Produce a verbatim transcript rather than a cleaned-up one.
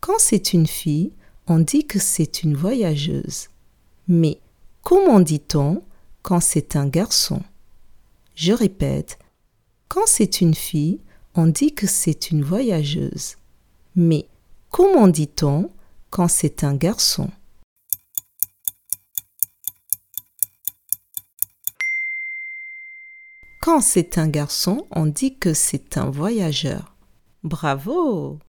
Quand c'est une fille, on dit que c'est une voyageuse. Mais comment dit-on quand c'est un garçon? Je répète, quand c'est une fille, on dit que c'est une voyageuse. Mais comment dit-on quand c'est un garçon? Quand c'est un garçon, on dit que c'est un voyageur. Bravo!